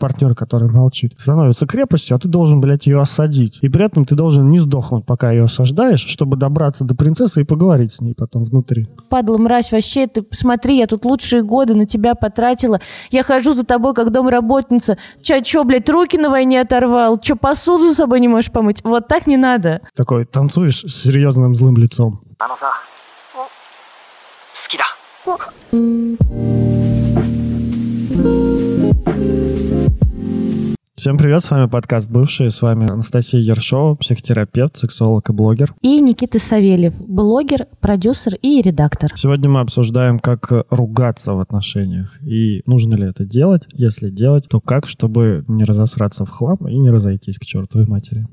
партнер, который молчит, становится крепостью, а ты должен, блядь, ее осадить. И при этом ты должен не сдохнуть, пока ее осаждаешь, чтобы добраться до принцессы и поговорить с ней потом внутри. Падла, мразь, вообще, ты посмотри, я тут лучшие годы на тебя потратила. Я хожу за тобой, как домработница. Чё, блядь, руки на войне оторвал? Чё, посуду с собой не можешь помыть? Вот так не надо. Такой танцуешь с серьезным злым лицом. Всем привет, с вами подкаст «Бывшие», с вами Анастасия Ершова, психотерапевт, сексолог и блогер. И Никита Савельев, блогер, продюсер и редактор. Сегодня мы обсуждаем, как ругаться в отношениях и нужно ли это делать. Если делать, то как, чтобы не разосраться в хлам и не разойтись к чертовой матери.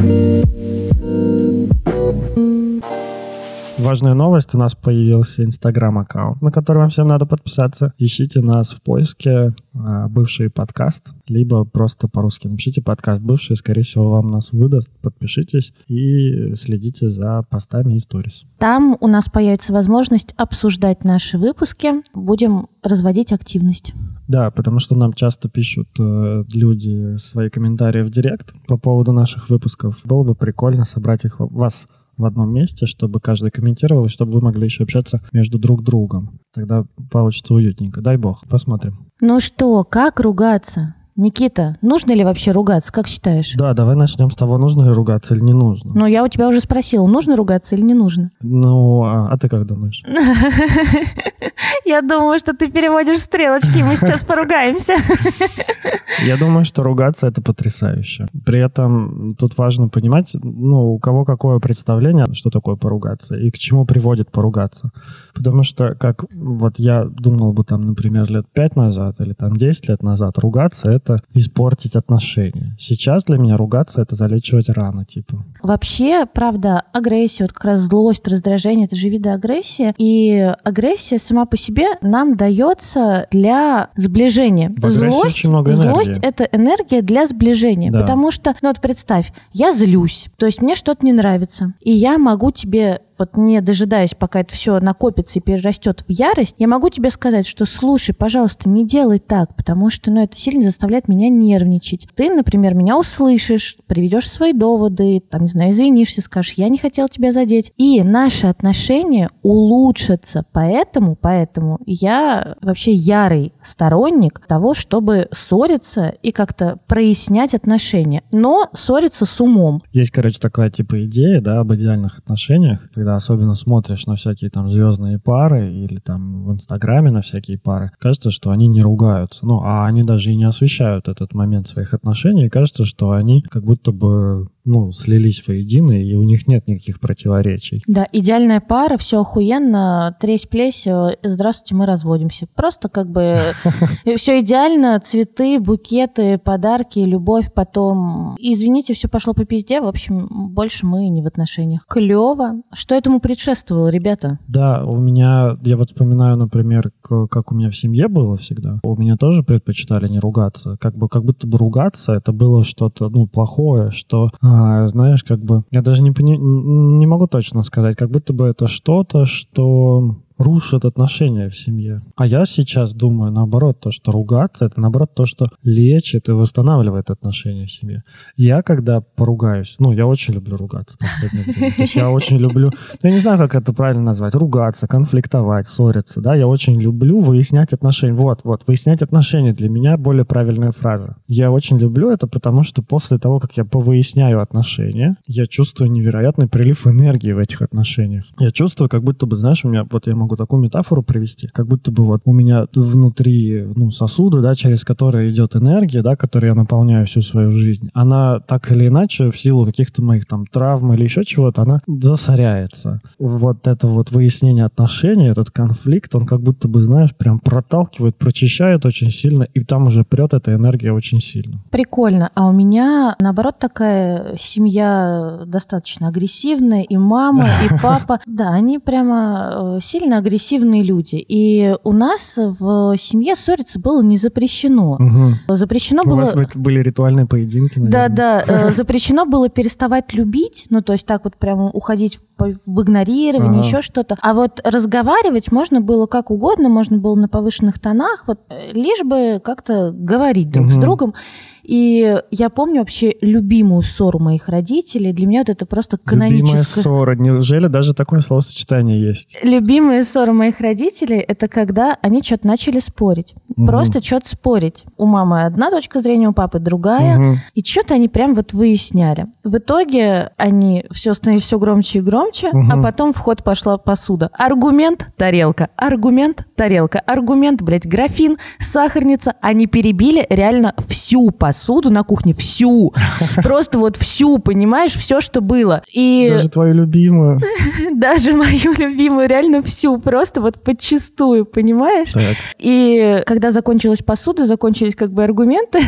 Важная новость, у нас появился Инстаграм-аккаунт, на который вам всем надо подписаться. Ищите нас в поиске «Бывший подкаст», либо просто по-русски напишите «Подкаст Бывший», скорее всего, вам нас выдаст. Подпишитесь и следите за постами и сторис. Там у нас появится возможность обсуждать наши выпуски, будем разводить активность. Да, потому что нам часто пишут люди свои комментарии в директ по поводу наших выпусков. Было бы прикольно собрать их вас в одном месте, чтобы каждый комментировал, и чтобы вы могли еще общаться между друг другом. Тогда получится уютненько. Дай бог. Посмотрим. Ну что, как ругаться? Никита, нужно ли вообще ругаться, как считаешь? Да, давай начнем с того, нужно ли ругаться или не нужно. Ну, я у тебя уже спросила, нужно ругаться или не нужно? Ну, а ты как думаешь? Я думаю, что ты переводишь стрелочки, мы сейчас поругаемся. Я думаю, что ругаться — это потрясающе. При этом тут важно понимать, у кого какое представление, что такое поругаться и к чему приводит поругаться. Потому что, как вот я думал бы там, например, лет 5 назад или там 10 лет назад, ругаться — это испортить отношения. Сейчас для меня ругаться — это залечивать раны, типа. Вообще, правда, агрессия, вот как раз злость, раздражение — это же виды агрессии. И агрессия сама по себе нам дается для сближения. В агрессии очень много энергии. Злость — это энергия для сближения. Да. Потому что, вот представь, я злюсь, то есть мне что-то не нравится, и я могу тебе, вот не дожидаясь, пока это все накопится и перерастет в ярость, я могу тебе сказать, что слушай, пожалуйста, не делай так, потому что это сильно заставляет меня нервничать. Ты, например, меня услышишь, приведешь свои доводы, там, не знаю, извинишься, скажешь, я не хотел тебя задеть. И наши отношения улучшатся. Поэтому я вообще ярый сторонник того, чтобы ссориться и как-то прояснять отношения. Но ссориться с умом. Есть, такая идея, да, об идеальных отношениях, когда особенно смотришь на всякие там звездные пары или там в Инстаграме на всякие пары, кажется, что они не ругаются. А они даже и не освещают этот момент своих отношений, и кажется, что они как будто бы слились воедино, и у них нет никаких противоречий. Да, идеальная пара, все охуенно, тресь-плесь, здравствуйте, мы разводимся. Просто все идеально, цветы, букеты, подарки, любовь, потом, извините, все пошло по пизде, в общем, больше мы не в отношениях. Клево. Что этому предшествовало, ребята? Да, я вот вспоминаю, например, как у меня в семье было всегда. У меня тоже предпочитали не ругаться. Как будто бы ругаться это было что-то, плохое, что... знаешь, я даже не могу точно сказать, как будто бы это что-то, что рушит отношения в семье. А я сейчас думаю, наоборот, то, что ругаться, это, наоборот, то, что лечит и восстанавливает отношения в семье. Я, когда поругаюсь, я очень люблю ругаться в последнее время. То есть я очень люблю, я не знаю, как это правильно назвать, ругаться, конфликтовать, ссориться, да, я очень люблю выяснять отношения. Вот, выяснять отношения для меня более правильная фраза. Я очень люблю это, потому что после того, как я повыясняю отношения, я чувствую невероятный прилив энергии в этих отношениях. Я чувствую, как будто бы, знаешь, у меня, я могу такую метафору привести, как будто бы у меня внутри сосуды, да, через которые идет энергия, да, которой я наполняю всю свою жизнь, она так или иначе в силу каких-то моих там травм или еще чего-то, она засоряется. Вот это выяснение отношений, этот конфликт, он как будто бы, знаешь, прям проталкивает, прочищает очень сильно, и там уже прет эта энергия очень сильно. Прикольно. А у меня, наоборот, такая семья достаточно агрессивная, и мама, и папа. Да, они прямо сильно агрессивные люди. И у нас в семье ссориться было не запрещено. Запрещено было... У вас были ритуальные поединки, наверное. Да. Запрещено было переставать любить, ну, то есть так вот прямо уходить в игнорирование, еще что-то. А вот разговаривать можно было как угодно, можно было на повышенных тонах, вот, лишь бы как-то говорить друг с другом. И я помню вообще любимую ссору моих родителей. Для меня вот это просто каноническое... Любимая ссора. Неужели даже такое словосочетание есть? Любимая ссора моих родителей — это когда они что-то начали спорить. Просто что-то спорить. У мамы одна точка зрения, у папы другая. И что-то они прям вот выясняли. В итоге они все становились все громче и громче, а потом в ход пошла посуда. Аргумент — тарелка. Аргумент — тарелка. Аргумент, блядь, графин, сахарница. Они перебили реально всю посуду на кухне, всю. Просто вот всю, понимаешь, все, что было. И... Даже твою любимую. Даже мою любимую, реально всю, просто вот подчистую, понимаешь? Так. И когда закончилась посуда, закончились как бы аргументы,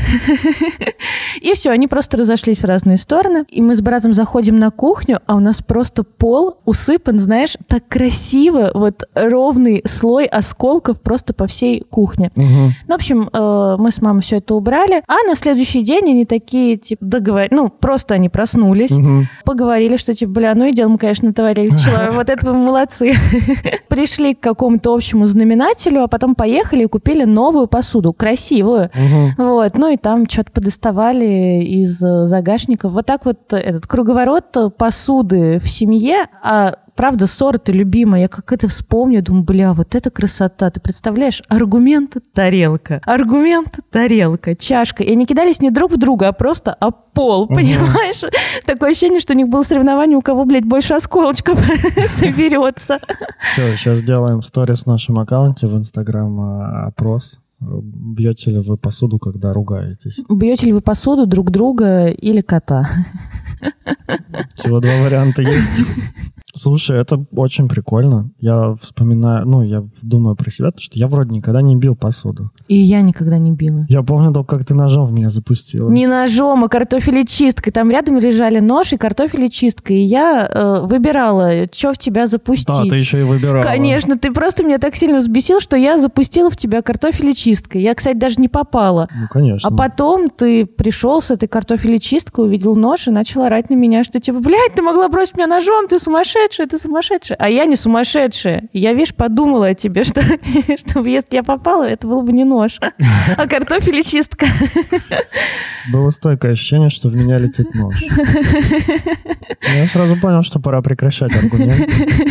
и все, они просто разошлись в разные стороны. И мы с братом заходим на кухню, а у нас просто пол усыпан, знаешь, так красиво, вот ровный слой осколков просто по всей кухне. Ну, в общем, мы с мамой все это убрали, а на следующий день они такие, типа, просто они проснулись, поговорили, что, типа, бля, ну и дело мы, конечно, товарищи, вот это вы молодцы. Пришли к какому-то общему знаменателю, а потом поехали и купили новую посуду, красивую. Вот, ну и там что-то подоставали из загашников. Вот так вот этот круговорот посуды в семье, а правда, ссора-то любимая. Я как это вспомню, думаю, бля, вот это красота. Ты представляешь? Аргумент — тарелка. Аргумент — тарелка. Чашка. И они кидались не друг в друга, а просто об пол, понимаешь? Такое ощущение, что у них было соревнование, у кого, блядь, больше осколочков соберется. Все, сейчас делаем сторис в нашем аккаунте в Инстаграм, опрос. Бьете ли вы посуду, когда ругаетесь? Бьете ли вы посуду, друг друга или кота? Всего два варианта есть. Слушай, это очень прикольно. Я вспоминаю, я думаю про себя, что я вроде никогда не бил посуду. И я никогда не била. Я помню только, как ты ножом в меня запустила. Не ножом, а картофелечисткой. Там рядом лежали нож и картофелечистка. И я выбирала, что в тебя запустить. Да, ты еще и выбирала. Конечно, ты просто меня так сильно взбесил, что я запустила в тебя картофелечисткой. Я, кстати, даже не попала. Ну, конечно. А потом ты пришел с этой картофелечисткой, увидел нож и начал орать на меня, что типа, блядь, ты могла бросить меня ножом, ты сумасшедшая, ты сумасшедшая. А я не сумасшедшая. Я, видишь, подумала о тебе, что если я попала, это был бы не нож, а картофелечистка. Было стойкое ощущение, что в меня летит нож. Я сразу понял, что пора прекращать аргументы.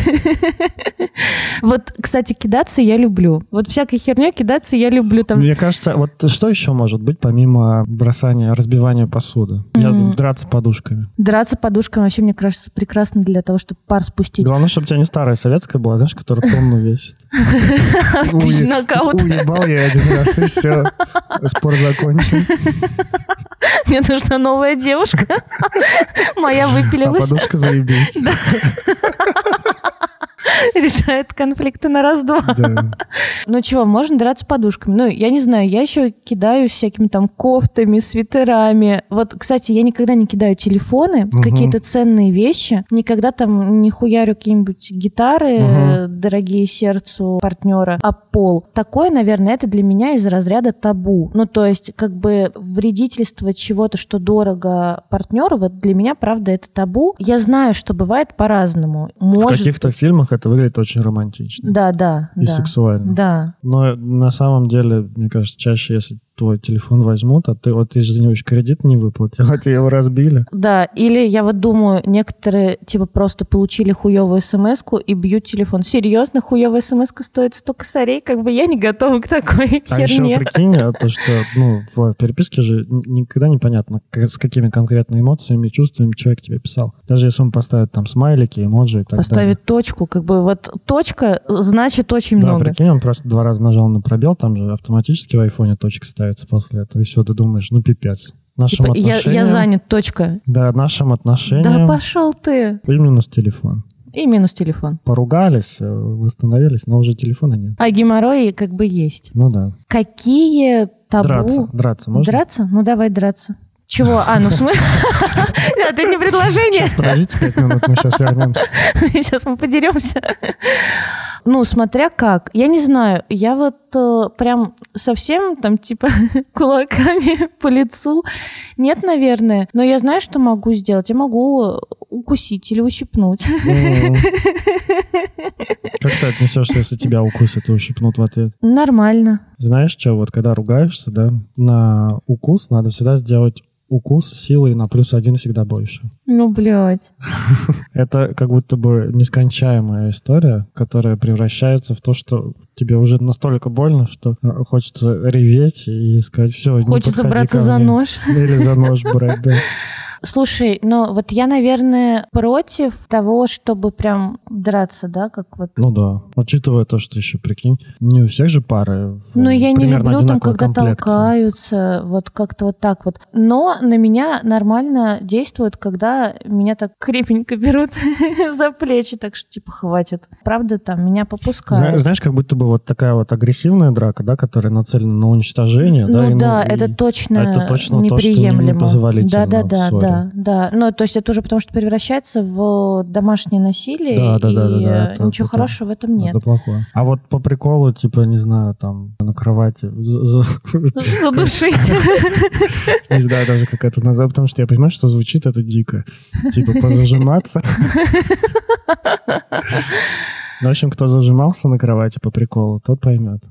Вот, кстати, кидаться я люблю. Вот всякой херней кидаться я люблю. Там... Мне кажется, вот что еще может быть, помимо бросания, разбивания посуды? Я думаю, драться подушками. Драться подушками вообще, мне кажется, прекрасно для того, чтобы пар спустить. Главное, чтобы у тебя не старая советская была, знаешь, которая тонну весит. Нокаут. Уебал я один раз, и все. Спор закончен. Мне нужна новая девушка. Моя выпилилась. А подушка заебись. Решает конфликты на раз-два. Да. Ну чего, можно драться подушками. Ну, я не знаю, я еще кидаюсь всякими там кофтами, свитерами. Вот, кстати, я никогда не кидаю телефоны, какие-то ценные вещи. Никогда там не хуярю какие-нибудь гитары, дорогие сердцу партнера, а пол. Такое, наверное, это для меня из разряда табу. Ну, то есть, как бы вредительство чего-то, что дорого партнеру, вот для меня, правда, это табу. Я знаю, что бывает по-разному. В каких-то фильмах это выглядит очень романтично. Да. И сексуально. Да. Но на самом деле, мне кажется, чаще, если твой телефон возьмут, а ты же за него еще кредит не выплатил, а тебе его разбили. Да, или я вот думаю, некоторые типа просто получили хуевую смс-ку и бьют телефон. Серьезно, хуевая смс-ка стоит 100 косарей? Как бы я не готова к такой херне. А еще прикинь, то, что в переписке же никогда непонятно, с какими конкретно эмоциями и чувствами человек тебе писал. Даже если он поставит там смайлики, эмоджи и так далее. Поставит точку, как бы вот точка значит очень много. Да, прикинь, он просто 2 раза нажал на пробел, там же автоматически в айфоне точка ставится после этого, и все, ты думаешь, ну пипец. Нашим типа, отношениям... я занят, точка. Да, нашим отношениям... Да пошел ты. И минус телефон. И минус телефон. Поругались, восстановились, но уже телефона нет. А геморрой как бы есть. Ну да. Какие табу... Драться можно? Драться? Ну давай драться. Чего? Ну в смысле? Это не предложение. Сейчас, подождите 5 минут, мы сейчас вернемся. Сейчас мы подеремся. Ну, смотря как. Я не знаю, я вот прям совсем там типа кулаками по лицу. Нет, наверное. Но я знаю, что могу сделать. Я могу укусить или ущипнуть. Как ты отнесешься, если тебя укусят и ущипнут в ответ? Нормально. Знаешь что, вот когда ругаешься, да, на укус надо всегда сделать укус силой на +1 всегда больше. Ну, блядь. Это как будто бы нескончаемая история, которая превращается в то, что тебе уже настолько больно, что хочется реветь и сказать, все, не подходи ко мне. Хочется браться за нож. Или за нож брать, да. Слушай, ну вот я, наверное, против того, чтобы прям драться, да, как вот... Ну да, учитывая то, что еще, прикинь, не у всех же пары Ну я не люблю там, когда комплекции. толкаются, вот как-то вот так вот. Но на меня нормально действует, когда меня так крепенько берут за плечи, так что типа хватит. Правда, там меня попускают. Знаешь, как будто бы вот такая вот агрессивная драка, да, которая нацелена на уничтожение. Ну да, это точно неприемлемо. То, что непозволительно в ссоре. Да. Ну, то есть это уже потому, что превращается в домашнее насилие, и ничего хорошего в этом нет. Это плохое. А вот по приколу, типа, не знаю, там, на кровати... Задушить. Не знаю даже, как это назвать, потому что я понимаю, что звучит это дико. Типа, позажиматься. В общем, кто зажимался на кровати по приколу, тот поймет.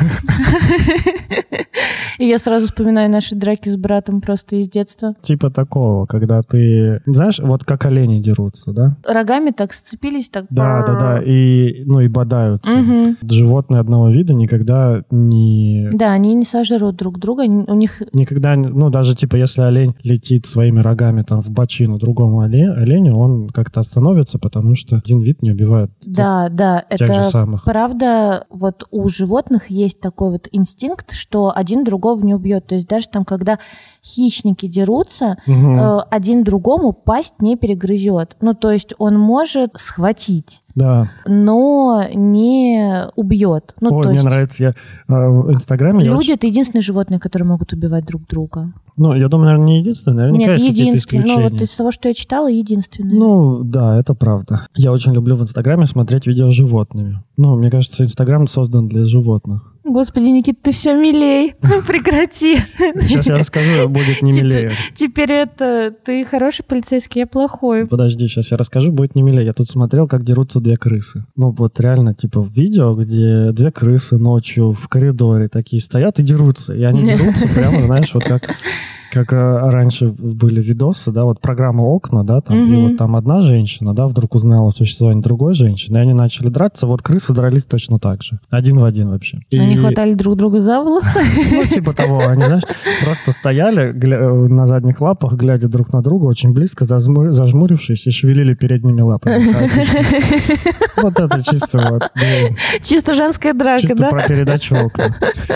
И я сразу вспоминаю наши драки с братом просто из детства. Типа такого, когда ты... Знаешь, вот как олени дерутся, да? Рогами так сцепились, так... Да. И бодаются. Угу. Животные одного вида никогда не... Да, они не сожрут друг друга, у них... Никогда, ну, даже типа если олень летит своими рогами там в бочину другому оленю, он как-то остановится, потому что один вид не убивает. Да, тех же это самых. Правда, вот у животных есть такой вот инстинкт, что один другого не убьет. То есть даже там, когда хищники дерутся, один другому пасть не перегрызет. Ну, то есть он может схватить. Да. Но не убьет. Ну, Ой, то мне есть нравится, я в Инстаграме... Люди — это единственные животные, которые могут убивать друг друга. Ну, я думаю, наверное, не единственное. Наверняка есть какие-то исключения. Ну, вот из того, что я читала, единственное. Ну, да, это правда. Я очень люблю в Инстаграме смотреть видео с животными. Ну, мне кажется, Инстаграм создан для животных. Господи, Никита, ты все милей. Прекрати. Сейчас я расскажу, будет не милее. Теперь это ты хороший полицейский, я плохой. Подожди, сейчас я расскажу, будет не милее. Я тут смотрел, как дерутся 2 крысы. Ну, вот реально, типа, видео, где 2 крысы ночью в коридоре такие стоят и дерутся. И они дерутся прямо, знаешь, вот как раньше были видосы, да, вот программа «Окна», да, там, и вот там одна женщина, да, вдруг узнала о существовании другой женщины, и они начали драться, вот крысы дрались точно так же. Один в один вообще. Они хватали друг друга за волосы? Ну, типа того, они, знаешь, просто стояли на задних лапах, глядя друг на друга, очень близко, зажмурившись, и шевелили передними лапами. Вот это чисто вот. Чисто женская драка, да? Чисто про передачу «Окна».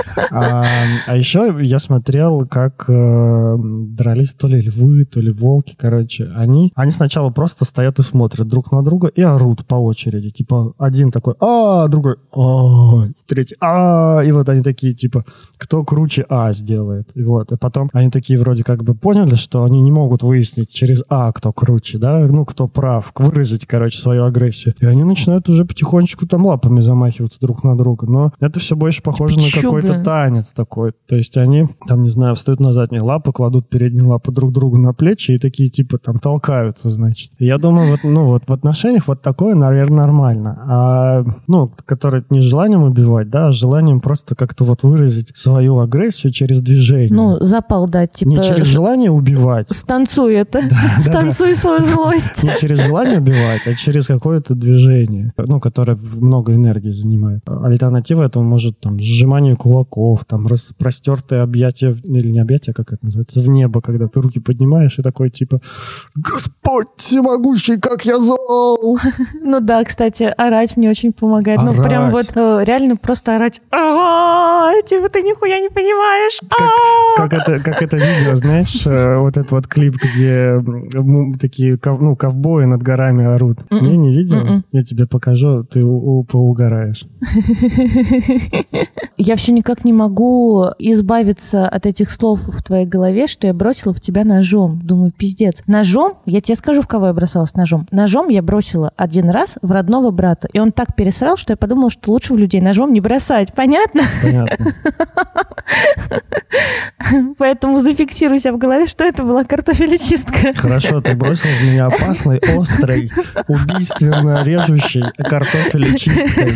А еще я смотрел, как дрались то ли львы, то ли волки, короче. Они сначала просто стоят и смотрят друг на друга и орут по очереди. Типа один такой другой третий и вот они такие, типа, кто круче сделает. И вот. И потом они такие вроде как бы поняли, что они не могут выяснить через кто круче, да, ну, кто прав, выразить, короче, свою агрессию. И они начинают уже потихонечку там лапами замахиваться друг на друга. Но это все больше похоже на какой-то танец такой. То есть они, там, не знаю, встают на задние лапы, кладут передние лапы друг другу на плечи и такие, типа, там, толкаются, значит. И я думаю, вот в отношениях вот такое, наверное, нормально. Которое не желанием убивать, да, а желанием просто как-то вот выразить свою агрессию через движение. Ну, запал дать, типа... Не через желание убивать. Станцуй это. Станцуй свою злость. Не через желание убивать, а через какое-то движение, которое много энергии занимает. Альтернатива этому может, там, сжимание кулаков, там, распростертые объятия, или не объятия, как это называется, в небо, когда ты руки поднимаешь и такой, типа, «Господь всемогущий, как я зол!» Ну да, кстати, орать мне очень помогает. Орать. Ну, прям вот реально просто орать. Типа, ты нихуя не понимаешь. Как это видео, знаешь, вот этот вот клип, где такие, ковбои над горами орут. Не видел? Я тебе покажу, ты поугараешь. Я все никак не могу избавиться от этих слов в твоей голове. голове, что я бросила в тебя ножом. Думаю, пиздец. Ножом? Я тебе скажу, в кого я бросалась ножом. Ножом я бросила один раз в родного брата. И он так пересрал, что я подумала, что лучше в людей ножом не бросать. Понятно? Понятно. Поэтому зафиксируй себя в голове, что это была картофелечистка. Хорошо, ты бросил в меня опасной, острой, убийственно режущей картофелечисткой.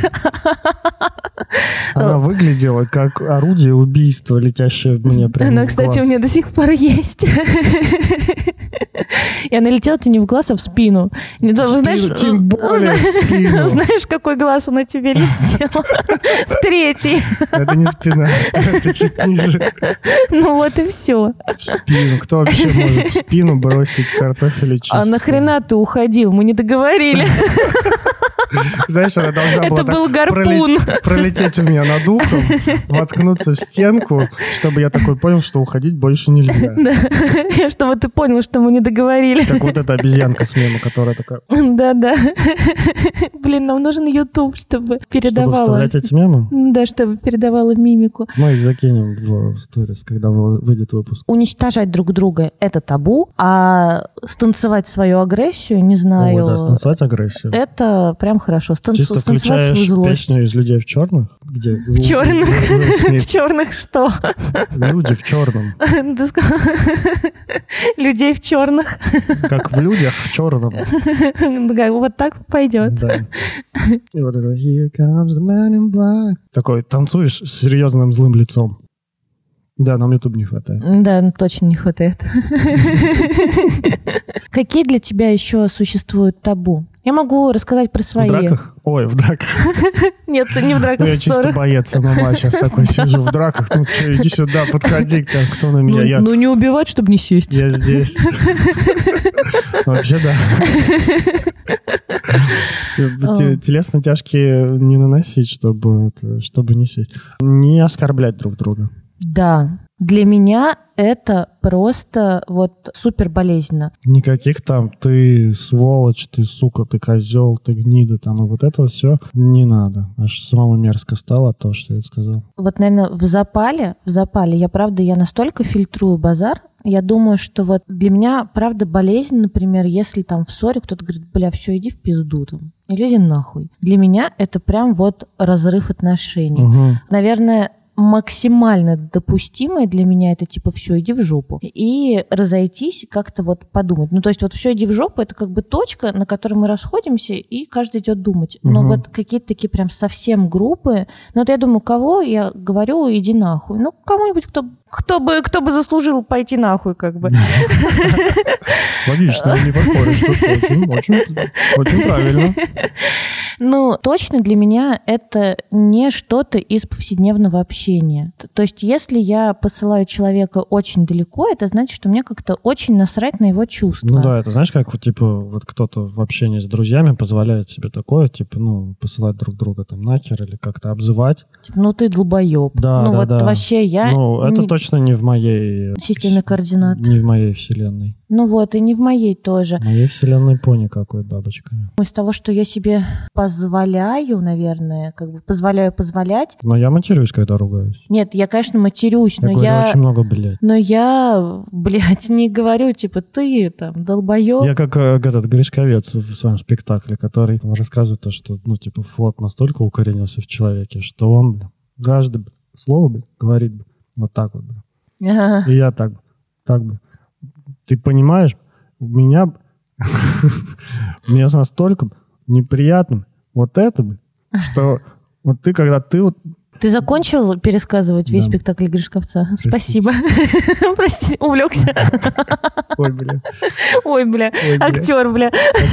Она выглядела как орудие убийства, летящее в меня прямо в глаз. Она, кстати, у меня до сих пор есть. И она летела тебе не в глаз, а в спину. Тем более в спину. Знаешь, какой глаз она тебе летела? В третий. Это не спина, это чуть ниже. Ну вот и все. В спину. Кто вообще может в спину бросить картофелечистку? А нахрена ты уходил? Мы не договорили. Знаешь, она должна была это был гарпун. Пролететь у меня над ухом, воткнуться в стенку, чтобы я такой понял, что уходить больше нельзя. Да, чтобы ты понял, что мы не договорили. Как вот эта обезьянка с мема, которая такая... Да-да. Блин, нам нужен YouTube, чтобы передавала... Чтобы вставлять эти мемы? Да, чтобы передавала мимику. Мы их закинем в сторис, когда выйдет выпуск. Уничтожать друг друга — это табу, а станцевать свою агрессию, не знаю... О, да, станцевать агрессию. Это прям хорошо. Чисто включаешь песню из «Людей в черных», где... В черных? В черных что? Люди в черном. Людей в черных. Как в людях в черном. Вот так пойдет. Да. И вот это «Here comes the man in black». Такой танцуешь с серьезным злым лицом. Да, нам YouTube не хватает. Да, точно не хватает. Какие для тебя еще существуют табу? Я могу рассказать про свои. В драках? Ой, в драках. Нет, не в драках. Я чисто боец ММА сейчас такой сижу в драках. Ну что, иди сюда, подходи, кто на меня. Ну не убивать, чтобы не сесть. Я здесь. Вообще да. Телесно тяжкие не наносить, чтобы не сесть. Не оскорблять друг друга. Да. Для меня это просто вот супер болезненно. Никаких там ты сволочь, ты сука, ты козел, ты гнида, там, и вот это все не надо. Аж самому мерзко стало от того, что я это сказал. Вот, наверное, в запале, я настолько фильтрую базар, я думаю, что вот для меня, правда, болезнь, например, если там в ссоре кто-то говорит, бля, все, иди в пизду там, или иди нахуй. Для меня это прям вот разрыв отношений. Угу. Наверное, максимально допустимое для меня это типа все, иди в жопу. И разойтись, как-то вот подумать. Ну, то есть вот все, иди в жопу, это как бы точка, на которой мы расходимся, и каждый идет думать. Но вот какие-то такие прям совсем грубые. Ну, вот я думаю, кого я говорю, иди нахуй. Ну, кому-нибудь, кто бы заслужил пойти нахуй, как бы. Логично, не поспоришь. Очень правильно. Ну, точно для меня это не что-то из повседневного общения. То есть, если я посылаю человека очень далеко, это значит, что мне как-то очень насрать на его чувства. Ну да, это знаешь, как вот, типа, вот кто-то в общении с друзьями позволяет себе такое, типа, ну, посылать друг друга там нахер или как-то обзывать. Типа, ну, ты долбоеб. Да, ну, да, вот да. Вообще я... Ну, это точно не в моей... Системе координат. Не в моей вселенной. Ну вот, и не в моей тоже. В моей вселенной пони какой бабочками. Из того, что я себе позволяю, наверное, как бы позволяю позволять. Но я матерюсь, когда ругаюсь. Нет, я, конечно, матерюсь, но я... очень много, блядь. Но я, блядь, не говорю, типа, ты там долбоёб. Я как этот Гришковец в своем спектакле, который рассказывает то, что, ну, типа, флот настолько укоренился в человеке, что он, блин, каждое слово, блин, говорит, блин, вот так вот, блин. Ага. И я так, блин. Ты понимаешь, мне настолько неприятно вот это, что вот ты, когда ты вот... Ты закончил пересказывать весь спектакль Гришковца? Простите. Спасибо. Прости, увлекся. Ой, бля. Актер, бля.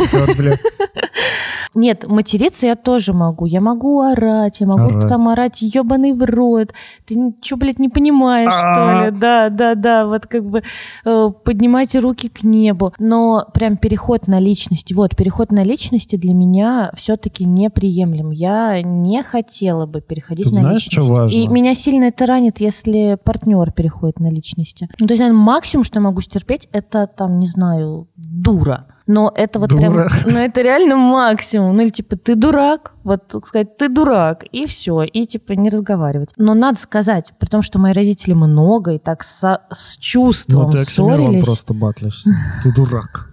Нет, материться я тоже могу. Я могу орать, я могу там орать ебаный в рот. Ты ничего, блядь, не понимаешь, что ли? Да. Вот как бы поднимайте руки к небу. Но прям переход на личности. Вот, переход на личности для меня все-таки неприемлем. Я не хотела бы переходить на знаешь, что важно? И меня сильно это ранит, если партнер переходит на личности. Ну, то есть, наверное, максимум, что я могу стерпеть, это, там, не знаю, дура. Но это вот Дура. прям, это реально максимум. Ну или типа ты дурак, вот так сказать, ты дурак, и все, и типа не разговаривать. Но надо сказать, при том, что мои родители много и так с чувством ты ссорились. Оксимирон просто батлишься. Ты дурак.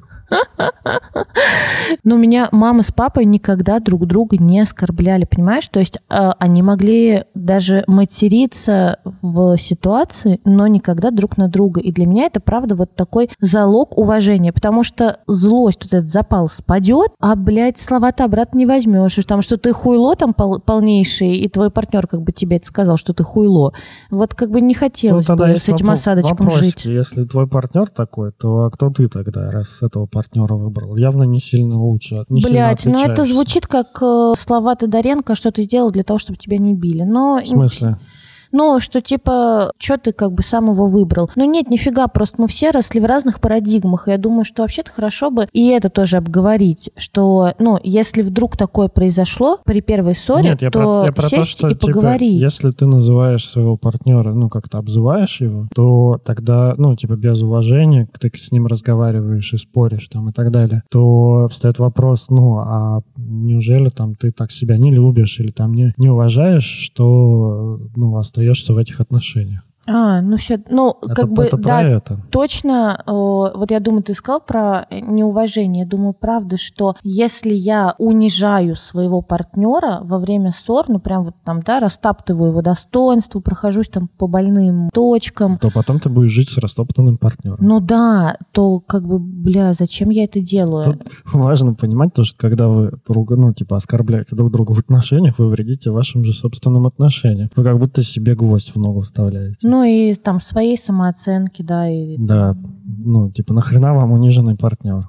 Но у меня мама с папой никогда друг друга не оскорбляли, понимаешь? То есть они могли даже материться в ситуации, но никогда друг на друга. И для меня это, правда, вот такой залог уважения, потому что злость, вот этот запал спадет, а, блядь, слова-то обратно не возьмешь. Потому что ты хуйло там полнейший, и твой партнер как бы тебе это сказал, что ты хуйло. Вот как бы не хотелось бы с этим осадочком жить. Если твой партнер такой, то а кто ты тогда, раз с этого партнера выбрал? Явно не сильно лучше. Блять, ну это звучит как слова Тодоренко, что ты сделал для того, чтобы тебя не били. Но... В смысле? Ну, что типа, что ты как бы сам его выбрал. Ну нет, нифига, просто мы все росли в разных парадигмах, и я думаю, что вообще-то хорошо бы и это тоже обговорить, что, ну, если вдруг такое произошло при первой ссоре, нет, то я про сесть то, что, и поговорить. Типа, если ты называешь своего партнера, ну, как-то обзываешь его, то тогда, ну, типа, без уважения, ты с ним разговариваешь и споришь там и так далее, то встает вопрос, ну, а неужели там ты так себя не любишь или там не уважаешь, что, ну, остаешься в этих отношениях? Ну все, ну, это, как бы, да, это. Точно, вот я думаю, ты сказал про неуважение, я думаю, правда, что если я унижаю своего партнера во время ссор, ну, прям вот там, да, растаптываю его достоинство, прохожусь там по больным точкам, то потом ты будешь жить с растоптанным партнером. Ну да, то как бы, бля, зачем я это делаю? Тут важно понимать то, что когда вы, ну, типа, оскорбляете друг друга в отношениях, вы вредите вашим же собственным отношениям. Вы как будто себе гвоздь в ногу вставляете. Ну и там своей самооценки, да. И, да, ну типа нахрена вам униженный партнер?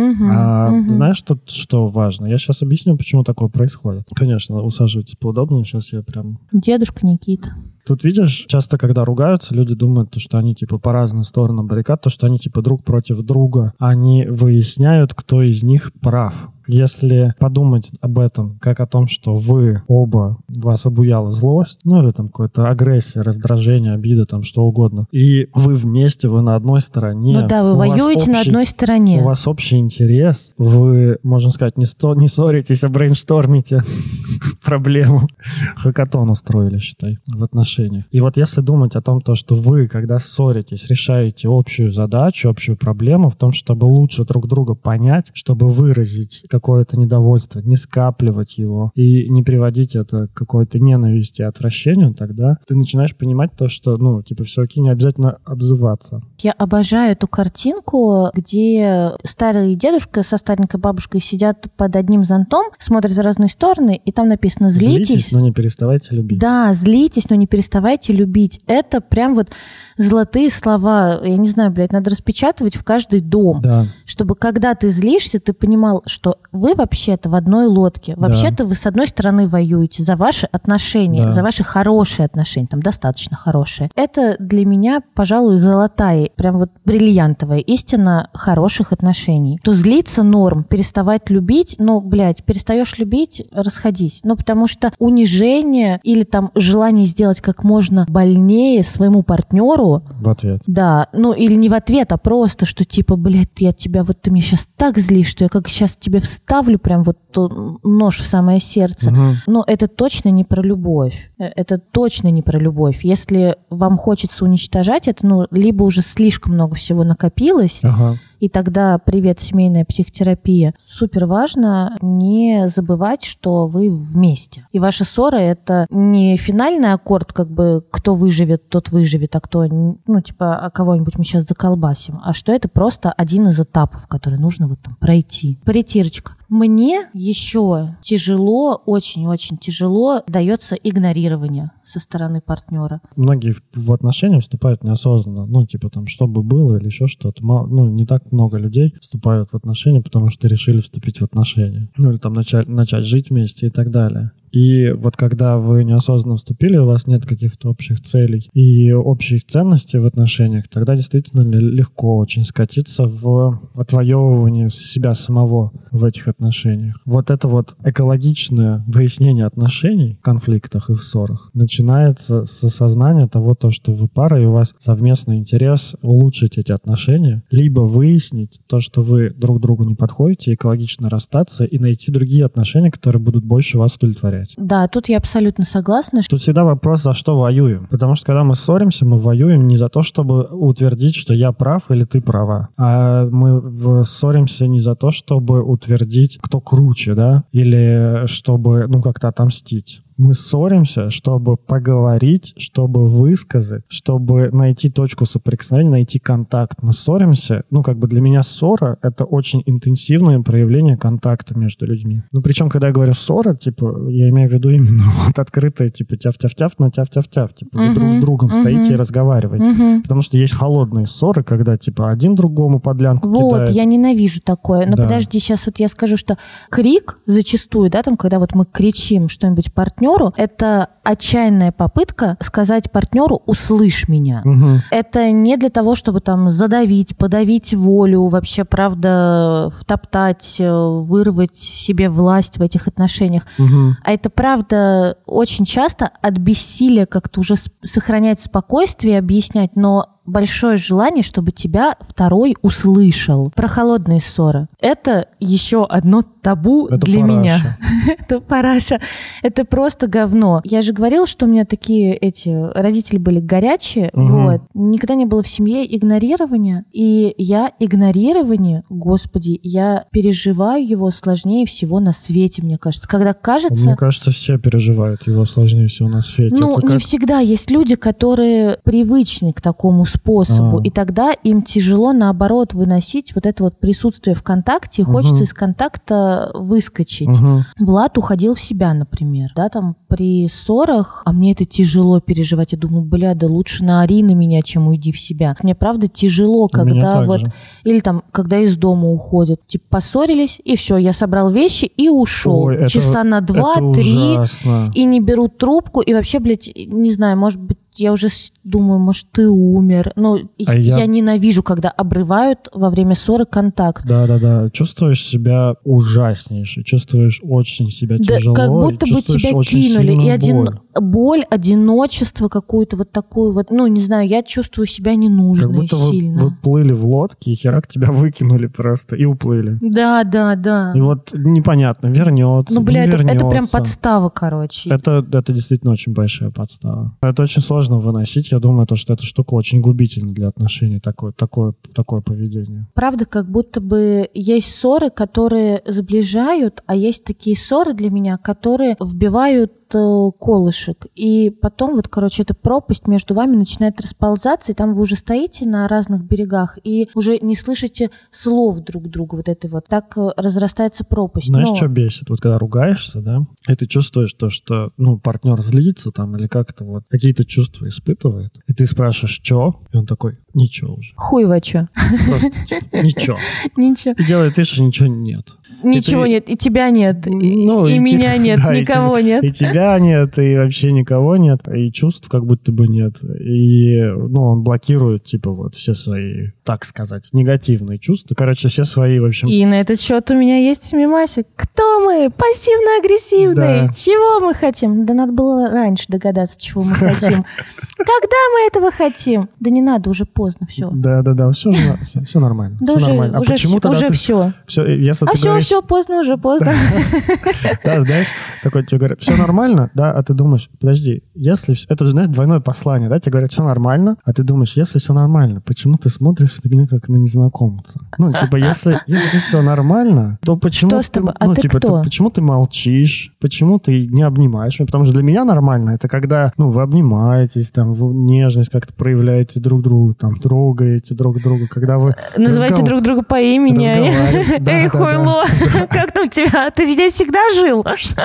Знаешь, что важно? Я сейчас объясню, почему такое происходит. Конечно, усаживайтесь поудобнее, сейчас я прям... Дедушка Никита. Тут, видишь, часто, когда ругаются, люди думают, что они, типа, по разным сторонам баррикад, то, что они, типа, друг против друга. Они выясняют, кто из них прав. Если подумать об этом, как о том, что вы оба, вас обуяла злость, ну, или там какая-то агрессия, раздражение, обида, там, что угодно, и вы вместе, вы на одной стороне. Ну да, вы воюете на одной стороне. У вас общий интерес, вы, можно сказать, не ссоритесь, а брейнштормите проблему. Хакатон устроили, считай, в отношениях. И вот если думать о том, что вы, когда ссоритесь, решаете общую задачу, общую проблему в том, чтобы лучше друг друга понять, чтобы выразить какое-то недовольство, не скапливать его и не приводить это к какой-то ненависти и отвращению, тогда ты начинаешь понимать то, что, ну, типа, все окей, не обязательно обзываться. Я обожаю эту картинку, где старый дедушка со старенькой бабушкой сидят под одним зонтом, смотрят в разные стороны, и там написано «Злитесь». Злитесь, но не переставайте любить. Да, злитесь, но не переставайте любить. Это прям вот золотые слова. Я не знаю, блядь, надо распечатывать в каждый дом. Да. Чтобы когда ты злишься, ты понимал, что вы вообще-то в одной лодке. Вообще-то вы с одной стороны воюете за ваши отношения, за ваши хорошие отношения, там достаточно хорошие. Это для меня, пожалуй, золотая, прям вот бриллиантовая истина хороших отношений. То злиться норм, переставать любить, ну, блядь, перестаешь любить, расходись. Ну, потому что унижение или там желание сделать как можно больнее своему партнеру в ответ. Да, ну или не в ответ, а просто, что типа, блядь, я тебя, вот ты меня сейчас так злишь, что я как сейчас тебе вставлю прям вот нож в самое сердце. Угу. Но это точно не про любовь. Это точно не про любовь. Если вам хочется уничтожать это, ну, либо уже слишком много всего накопилось, и тогда привет, семейная психотерапия. Супер важно не забывать, что вы вместе. И ваша ссора — это не финальный аккорд, как бы кто выживет, тот выживет, а кто, ну, типа, а кого-нибудь мы сейчас заколбасим. А что это просто один из этапов, который нужно вот там пройти. Паритирочка. Мне еще тяжело, очень-очень тяжело дается игнорирование со стороны партнера. Многие в отношения вступают неосознанно. Ну, типа там, что бы было или еще что-то. Ну, не так много людей вступают в отношения, потому что решили вступить в отношения. Ну, или там начать жить вместе и так далее. И вот когда вы неосознанно вступили, у вас нет каких-то общих целей и общих ценностей в отношениях, тогда действительно легко очень скатиться в отвоевывание себя самого в этих отношениях. Вот это вот экологичное выяснение отношений в конфликтах и в ссорах начинается с осознания того, что вы пара, и у вас совместный интерес улучшить эти отношения, либо выяснить то, что вы друг другу не подходите, экологично расстаться и найти другие отношения, которые будут больше вас удовлетворять. Да, тут я абсолютно согласна. Тут всегда вопрос, за что воюем. Потому что когда мы ссоримся, мы воюем не за то, чтобы утвердить, что я прав или ты права, а мы ссоримся не за то, чтобы утвердить, кто круче, да, или чтобы, как-то отомстить. Мы ссоримся, чтобы поговорить, чтобы высказать, чтобы найти точку соприкосновения, найти контакт. Мы ссоримся, для меня ссора — это очень интенсивное проявление контакта между людьми. Причем, когда я говорю ссора, я имею в виду именно открытое, тяв-тяв-тяв на тяв-тяв-тяв. Вы друг с другом стоите и разговариваете. Потому что есть холодные ссоры, когда, один другому подлянку кидает. Вот, я ненавижу такое. Но подожди, сейчас я скажу, что крик зачастую, да, когда мы кричим что-нибудь партнеру, это отчаянная попытка сказать партнеру «услышь меня». Угу. Это не для того, чтобы задавить, подавить волю, вообще, правда, втоптать, вырвать себе власть в этих отношениях. Угу. А это, правда, очень часто от бессилия как-то уже сохранять спокойствие, объяснять, но большое желание, чтобы тебя второй услышал. Про холодные ссоры. Это еще одно табу для меня. Это параша. Это просто говно. Я же говорила, что у меня такие родители были горячие. Вот. Никогда не было в семье игнорирования. И игнорирование, господи, я переживаю его сложнее всего на свете, мне кажется. Когда кажется... Мне кажется, все переживают его сложнее всего на свете. Не всегда. Есть люди, которые привычны к такому способу, и тогда им тяжело, наоборот, выносить вот это вот присутствие в контакте, и хочется из контакта выскочить. Влад уходил в себя, например, да, при ссорах, а мне это тяжело переживать. Я думаю, да лучше наори на меня, чем уйди в себя. Мне, правда, тяжело, когда или когда из дома уходят. Поссорились, и все, я собрал вещи и ушел. Ой, часа на 2-3, и не берут трубку, и вообще, не знаю, может быть, я уже думаю, может, ты умер. Я ненавижу, когда обрывают во время ссоры контакт. Да. Чувствуешь себя ужаснейше, чувствуешь очень себя тяжело. Как будто бы тебя кинули. И боль, одиночество какую-то вот такую вот, не знаю, я чувствую себя ненужной как будто сильно. Вы плыли в лодке, и херак тебя выкинули просто, и уплыли. Да. И непонятно, вернется, не вернется. Это прям подстава, короче. Это действительно очень большая подстава. Это очень сложно выносить. Я думаю, что эта штука очень губительна для отношений, такое поведение. Правда, как будто бы есть ссоры, которые сближают, а есть такие ссоры для меня, которые вбивают колышек. И потом эта пропасть между вами начинает расползаться, и там вы уже стоите на разных берегах и уже не слышите слов друг друга. Так разрастается пропасть. Знаешь, что бесит? Когда ругаешься, да, и ты чувствуешь что партнер злится или как-то какие-то чувства испытывает, и ты спрашиваешь, что? И он такой, ничего уже. Хуй во чё. Просто ничего. Ничего. И делает вид, что ничего нет. Ничего нет, и тебя нет, и меня нет, никого нет. И тебя нет, и вообще никого нет, и чувств как будто бы нет. И, он блокирует, все свои, так сказать, негативные чувства. Короче, все свои, в общем... И на этот счет у меня есть мемасик. Кто мы? Пассивно-агрессивные. Да. Чего мы хотим? Да надо было раньше догадаться, чего мы хотим. Когда мы этого хотим? Да не надо, уже поздно, все. Да, все нормально. Да все нормально. А почему тогда уже все. Все, поздно, уже поздно. Да, знаешь, такой тебе говорят, все нормально, да, а ты думаешь, подожди, если... Это же, знаешь, двойное послание, да, тебе говорят, все нормально, а ты думаешь, если все нормально, почему ты смотришь на меня как на незнакомца? Если все нормально, то почему... Что с тобой? А ты кто? Почему ты молчишь? Почему ты не обнимаешь меня? Потому что для меня нормально, это когда, вы обнимаетесь, вы нежность как-то проявляете друг другу, трогаете друг друга, когда вы... Называете друг друга по имени. Эй, хуйло, как там тебя? Ты здесь всегда жил?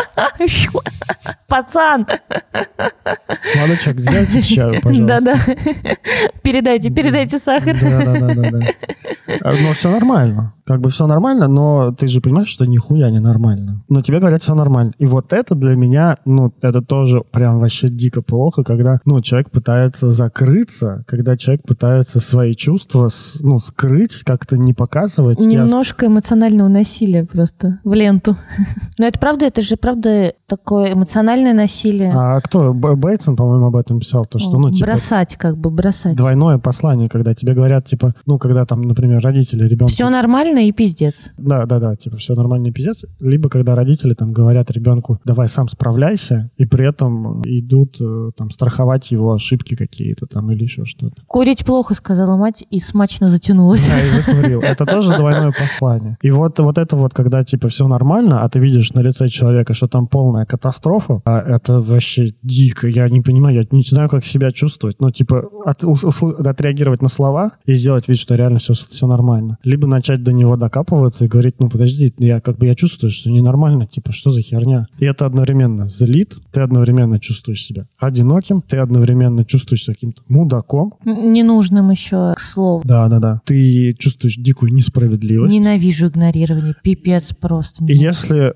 Пацан. Ладно, человек, сделайте чаю, пожалуйста. Да. Передайте сахар. Да. Но все нормально. Как бы все нормально, но ты же понимаешь, что нихуя не нормально. Но тебе говорят, все нормально. И вот это для меня, это тоже прям вообще дико плохо, когда, человек пытается закрыться, когда человек пытается свои чувства, скрыть, как-то не показывать. Немножко эмоционального насилия просто в ленту. Но это же правда такое эмоциональное насилие. А кто? Бейтсон, по-моему, об этом писал, то, что, бросать. Двойное послание, когда тебе говорят, когда там, например, родители ребенка... Все нормально и пиздец. Да, все нормально и пиздец. Либо когда родители там говорят ребенку, давай сам справляйся, и при этом идут там страховать его ошибки какие-то там или еще что-то. Курить плохо, сказала мать, и смачно затянулась. Да, и закурил. Это тоже двойное послание. И вот это вот, когда все нормально, а ты видишь на лице человека, что там полная катастрофа, это вообще дико. Я не понимаю, я не знаю, как себя чувствовать. Отреагировать на слова и сделать вид, что реально все нормально. Либо начать до него докапываться и говорить, подожди, я чувствую, что ненормально, что за херня. И это одновременно злит, ты одновременно чувствуешь себя одиноким, ты одновременно чувствуешь себя каким-то мудаком. Ненужным еще, к слову. Да. Ты чувствуешь дикую несправедливость. Ненавижу игнорирование, пипец просто. И если,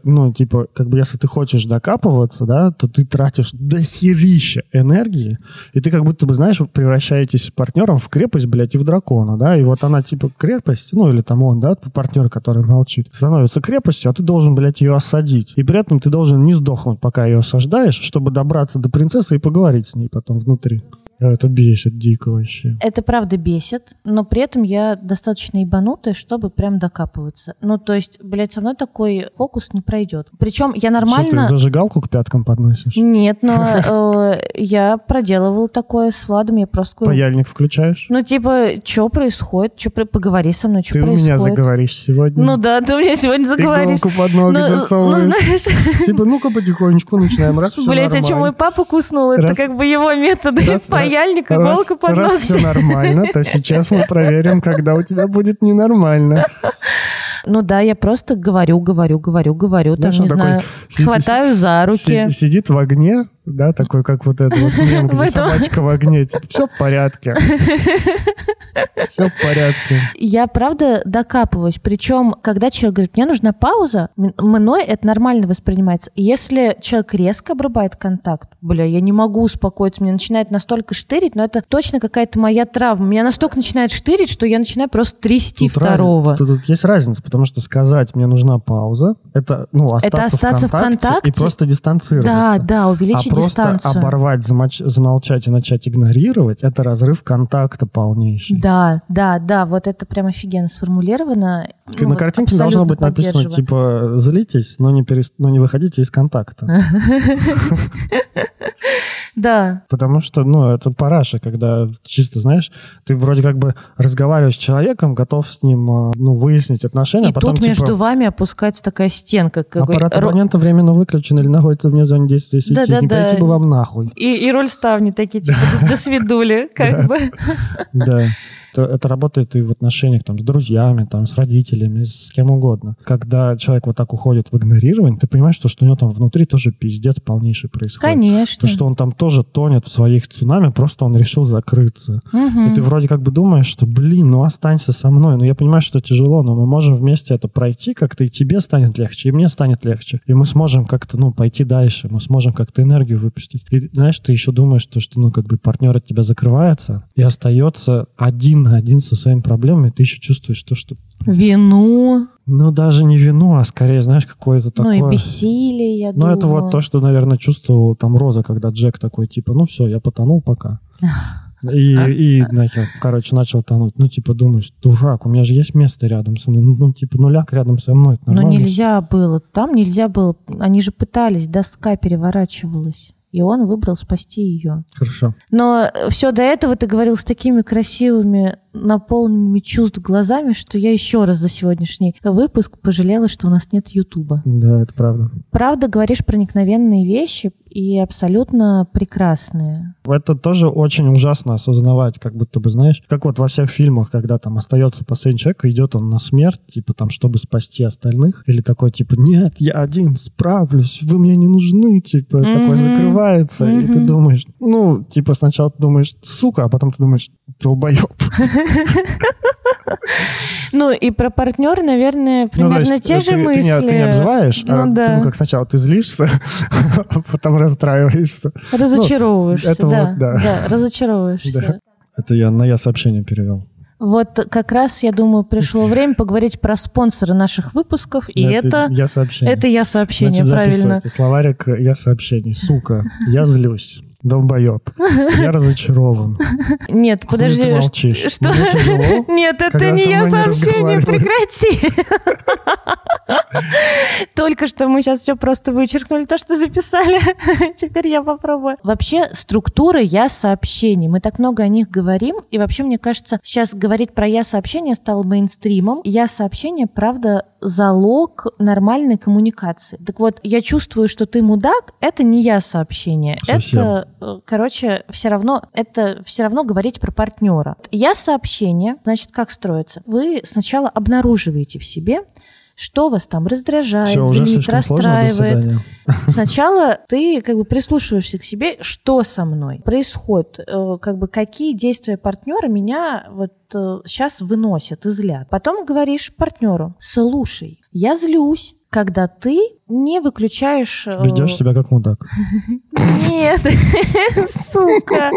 если ты хочешь докапываться, да, то ты тратишь дохерища энергии, и ты как будто бы, знаешь, превращаетесь с партнером в крепость, блядь, и в дракона, да, и вот она крепость, или там он, да, партнер, который молчит, становится крепостью, а ты должен, блядь, ее осадить. И при этом ты должен не сдохнуть, пока ее осаждаешь, чтобы добраться до принцессы и поговорить с ней потом внутри. Это бесит дико вообще. Это правда бесит, но при этом я достаточно ебанутая, чтобы прям докапываться. То есть, блядь, со мной такой фокус не пройдет. Причем я нормально... Что, ты зажигалку к пяткам подносишь? Нет, но я проделывала такое с Владом, я просто... Паяльник включаешь? Что происходит? Поговори со мной, что происходит? Ты у меня заговоришь сегодня? Да, ты у меня сегодня заговоришь. Иголку под ноги засовываешь. Знаешь... ну-ка потихонечку начинаем, раз все нормально. Блядь, а что мой папа куснул? Это как бы его методы. Паяльник, иголка под ногти. Раз все нормально, то сейчас мы проверим, когда у тебя будет ненормально. Я просто говорю, там, не знаю, хватаю за руки. Сидит в огне, да, такой, как вот это вот мем, где собачка в огне. Все в порядке. Все в порядке. Я, правда, докапываюсь. Причем, когда человек говорит, мне нужна пауза, мной это нормально воспринимается. Если человек резко обрубает контакт, я не могу успокоиться, мне начинает настолько штырить, но это точно какая-то моя травма. Меня настолько начинает штырить, что я начинаю просто трясти второго. Тут есть разница, потому что сказать, мне нужна пауза, это остаться в контакте и просто дистанцироваться. Да, увеличить дистанцию. Просто оборвать, замолчать и начать игнорировать, это разрыв контакта полнейший. Да, вот это прям офигенно сформулировано. На картинке должно быть написано, злитесь, но не выходите из контакта. Да. Потому что, это параша, когда чисто, знаешь, ты вроде как бы разговариваешь с человеком, готов с ним, выяснить отношения. И потом, тут между вами опускается такая стенка. Аппарат абонента временно выключен или находится вне зоны действия сети. Не пойти бы вам нахуй. И роль ставни такие, до свидули, как бы. Да. Это работает и в отношениях с друзьями, с родителями, с кем угодно. Когда человек вот так уходит в игнорирование, ты понимаешь, что у него там внутри тоже пиздец полнейший происходит. Конечно. Что он там тоже тонет в своих цунами, просто он решил закрыться. Угу. И ты вроде как бы думаешь, что, останься со мной. Я понимаю, что тяжело, но мы можем вместе это пройти как-то, и тебе станет легче, и мне станет легче. И мы сможем как-то, пойти дальше, мы сможем как-то энергию выпустить. И знаешь, ты еще думаешь, что партнер от тебя закрывается и остается один на один со своими проблемами, ты еще чувствуешь то, что... Вину. Даже не вину, а скорее, знаешь, какое-то такое... и бессилие, я думаю. Это вот то, что, наверное, чувствовал Роза, когда Джек такой, все, я потонул пока. И нахер, начал тонуть. Думаешь, дурак, у меня же есть место рядом со мной. Ляг рядом со мной, это нормально. Нельзя было, там нельзя было. Они же пытались, доска переворачивалась. И он выбрал спасти ее. Хорошо. Но все до этого ты говорил с такими красивыми, наполненными чувств глазами, что я еще раз за сегодняшний выпуск пожалела, что у нас нет Ютуба. Да, это правда. Правда, говоришь проникновенные вещи и абсолютно прекрасные. Это тоже очень ужасно осознавать, как будто бы, знаешь, как вот во всех фильмах, когда там остается последний человек, идет он на смерть, чтобы спасти остальных, или такой, нет, я один справлюсь, вы мне не нужны, такой закрывается, и ты думаешь, сначала ты думаешь, сука, а потом ты думаешь, долбоеб. Ну, и про партнера, наверное, примерно те же мысли. Ты не обзываешь, ты как сначала ты злишься, а потом расстраиваешься. Разочаровываешься, да, разочаровываешься. Это я на «я-сообщение» перевел. Вот как раз, я думаю, пришло время поговорить про спонсора наших выпусков, и это «я-сообщение». Это «я-сообщение», значит, правильно. Записывайте словарик «я-сообщение». Сука, я злюсь. Долбоеб. Я разочарован. Нет, подожди. Ты молчишь? Что? Мне тяжело, нет, это не «я-сообщение», прекрати. Только что мы сейчас все просто вычеркнули, то, что записали. Теперь я попробую. Вообще, структура «я-сообщений». Мы так много о них говорим, и вообще, мне кажется, сейчас говорить про «я-сообщение» стало мейнстримом. «Я-сообщение», правда, залог нормальной коммуникации. Так вот, я чувствую, что ты мудак, это не «я-сообщение». Это, короче, все равно говорить про партнера. «Я-сообщение», значит, как строится? Вы сначала обнаруживаете в себе, что вас там раздражает, злит, расстраивает. Сначала ты как бы прислушиваешься к себе, что со мной происходит, как бы какие действия партнера меня вот сейчас выносят и злят. Потом говоришь партнеру: слушай, я злюсь, когда ты не выключаешь... Ведешь себя как мудак. Нет, сука.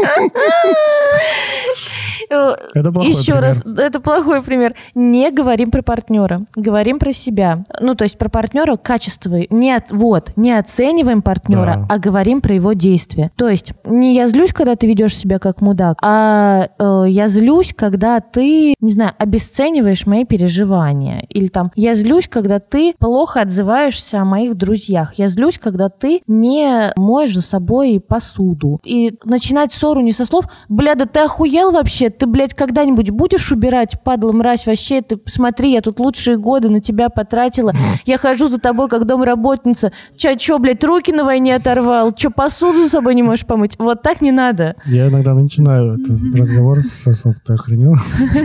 Это плохой Еще пример. раз, это плохой пример. Не говорим про партнера, говорим про себя. Ну, то есть про партнера качество. Не оцениваем партнера, а говорим про его действия. То есть не я злюсь, когда ты ведешь себя как мудак, а я злюсь, когда ты, не знаю, обесцениваешь мои переживания. Или там я злюсь, когда ты плохо отзываешься о моих друзьях. Я злюсь, когда ты не моешь за собой посуду. И начинать ссору не со слов: бля, да ты охуел вообще? Ты, блядь, когда-нибудь будешь убирать, падла, мразь, вообще? Ты смотри, я тут лучшие годы на тебя потратила. Я хожу за тобой, как домработница. Чё, блядь, руки на войне оторвал? Чё, посуду за собой не можешь помыть? Вот так не надо. Я иногда начинаю этот разговор со слов: ты охренел?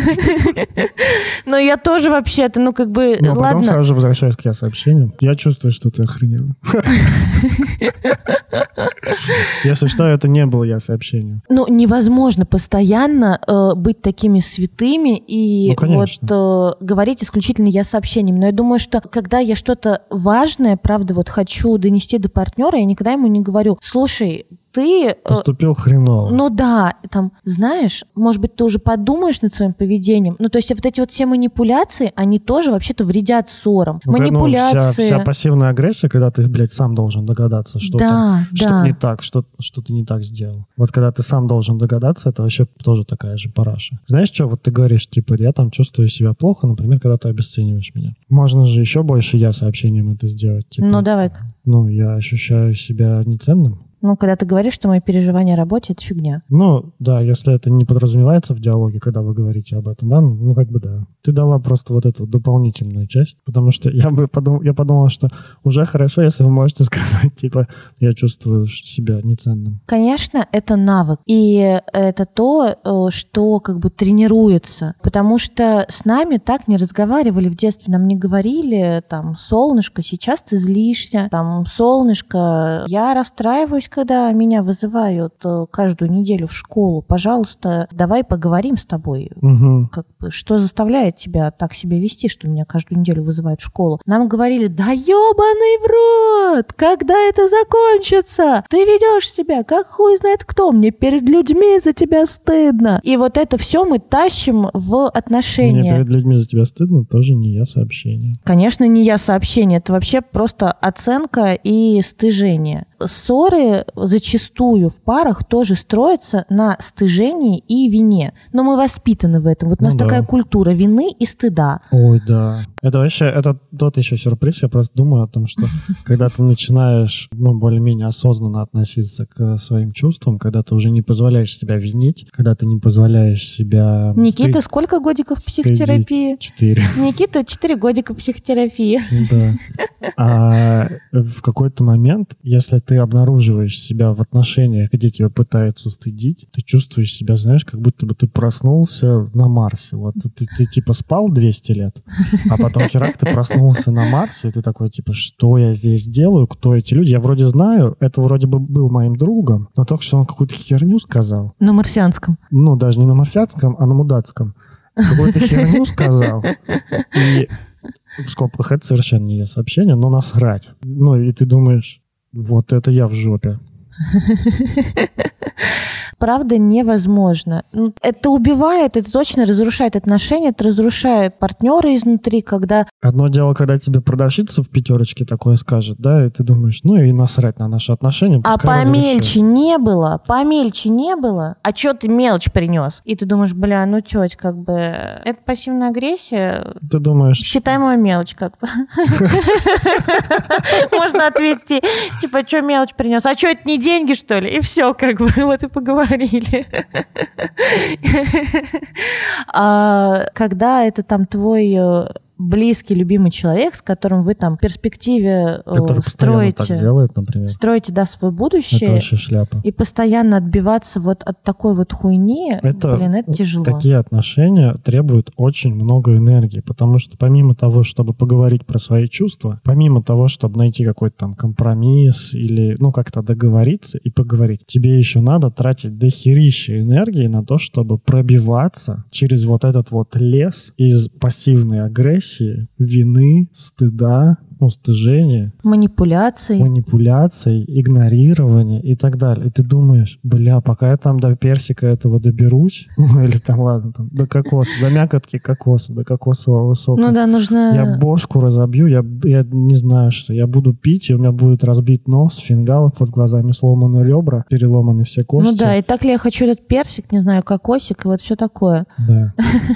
Но я тоже вообще-то, ладно. Но потом сразу же возвращаюсь к «я-сообщению». Я чувствую, что ты охренел. Если что, это не было «я-сообщение». Ну, невозможно постоянно быть такими святыми и говорить исключительно «я-сообщениями». Но я думаю, что когда я что-то важное, правда, хочу донести до партнера, я никогда ему не говорю: слушай, ты... Поступил хреново. Ну да, там, знаешь, может быть, ты уже подумаешь над своим поведением. Ну, то есть вот эти все манипуляции, они тоже вообще-то вредят ссорам. Манипуляции. Вся пассивная агрессия, когда ты, блядь, сам должен догадаться, что не так, что ты не так сделал. Вот когда ты сам должен догадаться, это вообще тоже такая же параша. Знаешь, что вот ты говоришь, типа, я там чувствую себя плохо, например, когда ты обесцениваешь меня. Можно же еще больше «я-сообщением» это сделать. Типа, ну, давай-ка. Ну, я ощущаю себя неценным. Ну, когда ты говоришь, что мои переживания о работе — это фигня. Ну, да, если это не подразумевается в диалоге, когда вы говорите об этом, да, ну, как бы да. Ты дала просто вот эту дополнительную часть, потому что я подумал, что уже хорошо, если вы можете сказать, типа, я чувствую себя неценным. Конечно, это навык, и это то, что как бы тренируется, потому что с нами так не разговаривали в детстве, нам не говорили, там, солнышко, сейчас ты злишься, там, солнышко, я расстраиваюсь, когда меня вызывают каждую неделю в школу, пожалуйста, давай поговорим с тобой. Угу. Как бы, что заставляет тебя так себя вести, что меня каждую неделю вызывают в школу? Нам говорили: да ёбаный в рот! Когда это закончится? Ты ведешь себя как хуй знает кто, мне перед людьми за тебя стыдно. И вот это все мы тащим в отношения. Мне перед людьми за тебя стыдно тоже не «я-сообщение». Конечно, не «я-сообщение», это вообще просто оценка и стыжение. Ссоры зачастую в парах тоже строятся на стыжении и вине. Но мы воспитаны в этом. Вот у нас такая культура вины и стыда. Ой, да. Это вообще, это тот еще сюрприз. Я просто думаю о том, что когда ты начинаешь, более-менее осознанно относиться к своим чувствам, когда ты уже не позволяешь себя винить, когда ты не позволяешь себя... Никита, сколько годиков психотерапии? 4. Никита, 4 годика психотерапии. Да. А в какой-то момент, если ты обнаруживаешь чувствуешь себя в отношениях, где тебя пытаются стыдить, ты чувствуешь себя, знаешь, как будто бы ты проснулся на Марсе. Вот ты типа спал 200 лет, а потом херак, ты проснулся на Марсе, и ты такой, типа, что я здесь делаю, кто эти люди? Я вроде знаю, это вроде бы был моим другом, но только что он какую-то херню сказал. На марсианском. Ну, даже не на марсианском, а на мудацком. Какую-то херню сказал. И в скобках это совершенно не сообщение, но насрать. Ну, и ты думаешь, вот это я в жопе. Правда, невозможно. Это убивает, это точно разрушает отношения, это разрушает партнера изнутри, когда... Одно дело, когда тебе продавщица в пятерочке такое скажет, да, и ты думаешь, ну и насрать на наши отношения. А помельче не было, а что ты мелочь принес? И ты думаешь, бля, ну теть, как бы, это пассивная агрессия. Ты думаешь... Считаемая мелочь, как бы. Можно ответить, типа, что мелочь принес? А что, это не деньги, что ли? И все, как бы, вот и поговорили. А когда это там твой близкий, любимый человек, с которым вы там в перспективе строите, так делает, например. Строите, да, свое будущее. Это вообще шляпа. И постоянно отбиваться вот от такой вот хуйни, это тяжело. Такие отношения требуют очень много энергии, потому что помимо того, чтобы поговорить про свои чувства, помимо того, чтобы найти какой-то там компромисс или, ну, как-то договориться и поговорить, тебе еще надо тратить дохерища энергии на то, чтобы пробиваться через вот этот вот лес из пассивной агрессии, вины, стыда, стыжения, манипуляций, игнорирования и так далее. И ты думаешь, бля, пока я там до персика этого доберусь, или там, ладно, там, до кокоса, до мякотки кокоса, до кокосового сока. Ну да, нужно... Я бошку разобью, я не знаю, что. Я буду пить, и у меня будет разбит нос, фингал под глазами, сломаны ребра, переломаны все кости. Ну да, и так ли я хочу этот персик, не знаю, кокосик, и вот все такое. Да.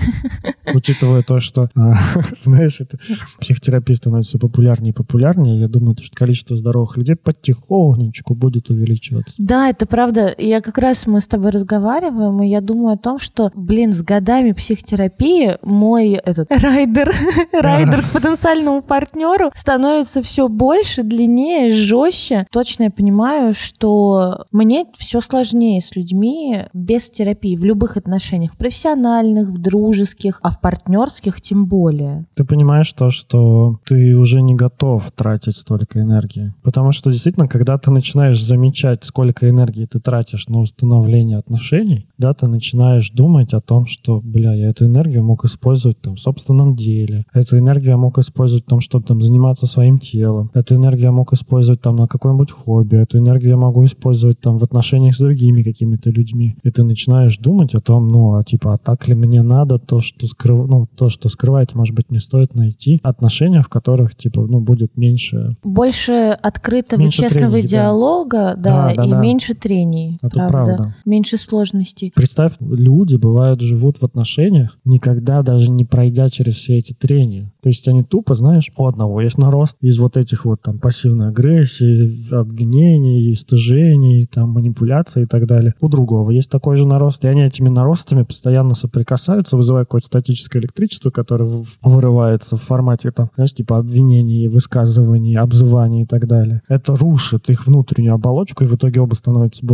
Учитывая то, что, знаешь, это психотерапия становится все популярнее и популярнее, я думаю, что количество здоровых людей потихонечку будет увеличиваться. Да, это правда. Мы с тобой разговариваем, и я думаю о том, что, с годами психотерапии мой райдер к потенциальному партнеру становится все больше, длиннее, жестче. Точно я понимаю, что мне все сложнее с людьми без терапии в любых отношениях, в профессиональных, в дружеских, а в партнерских тем более. Ты понимаешь то, что ты уже не готов тратить столько энергии. Потому что действительно, когда ты начинаешь замечать, сколько энергии ты тратишь на установление отношений, да, ты начинаешь думать о том, что, я эту энергию мог использовать там в собственном деле, эту энергию я мог использовать в том, чтобы там заниматься своим телом, эту энергию я мог использовать там на какое-нибудь хобби, эту энергию я могу использовать там в отношениях с другими какими-то людьми. И ты начинаешь думать о том, а так ли мне надо то, что скрывать, может быть, мне стоит найти отношения, в которых, будет меньше... Больше открытого, честного трений, диалога, и меньше трений. Это правда. Меньше сложностей. Представь, люди, живут в отношениях, никогда даже не пройдя через все эти трения. То есть они тупо, знаешь, у одного есть нарост из вот этих вот там пассивной агрессии, обвинений, стыжений, там манипуляций и так далее. У другого есть такой же нарост, и они этими наростами постоянно соприкасаются, вызывая какое-то статическое электричество, которое вырывается в формате там, знаешь, типа обвинений, высказываний, обзываний и так далее. Это рушит их внутреннюю оболочку, и в итоге оба становятся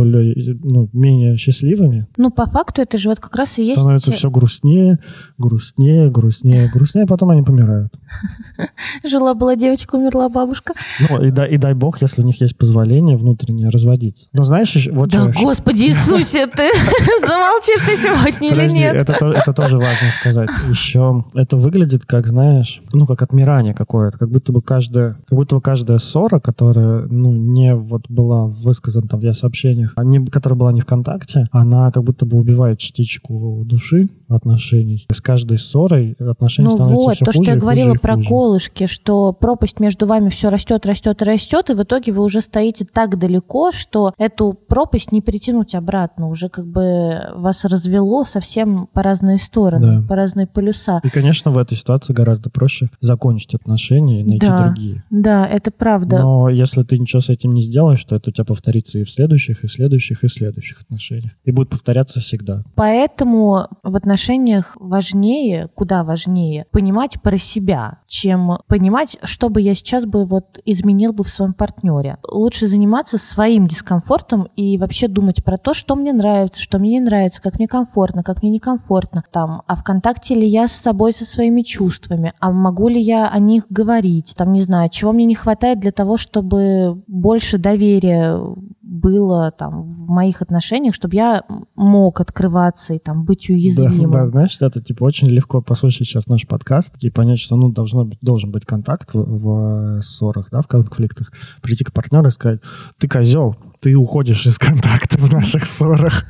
менее счастливыми. По факту это же вот как раз и есть... Становится все грустнее, а потом они помирают. Жила-была девочка, умерла бабушка. И дай бог, если у них есть позволение внутреннее разводиться. Но знаешь, вот... Да, Господи Иисусе, ты замолчишь ты сегодня или нет? Это тоже важно сказать. Еще это выглядит как, знаешь, как отмирание какое-то, как будто бы каждая ссора, которая, не была высказана там в я-сообщениях, которая была не ВКонтакте, она как будто бы убивает частичку души отношений. С каждой ссорой отношения становятся все хуже. То, что я говорила про хуже. колышки, что пропасть между вами все растет, и в итоге вы уже стоите так далеко, что эту пропасть не притянуть обратно. Уже как бы вас развело совсем по разные стороны, по разные полюса. И, конечно, в этой ситуации гораздо проще закончить отношения и найти другие. Да, это правда. Но если ты ничего с этим не сделаешь, то это у тебя повторится и в следующих отношениях. И будет повторяться повторяться всегда. Поэтому в отношениях куда важнее понимать про себя, чем понимать, что бы я сейчас бы изменил бы в своем партнере. Лучше заниматься своим дискомфортом и вообще думать про то, что мне нравится, что мне не нравится, как мне комфортно, как мне некомфортно. А в контакте ли я с собой, со своими чувствами, а могу ли я о них говорить, не знаю, чего мне не хватает для того, чтобы больше доверия было в моих отношениях, чтобы я мог открываться и быть уязвимым. Да, знаешь, это очень легко послушать сейчас наш подкаст и понять, что должен быть контакт в ссорах, в конфликтах, прийти к партнеру и сказать: ты козел, ты уходишь из контакта в наших ссорах.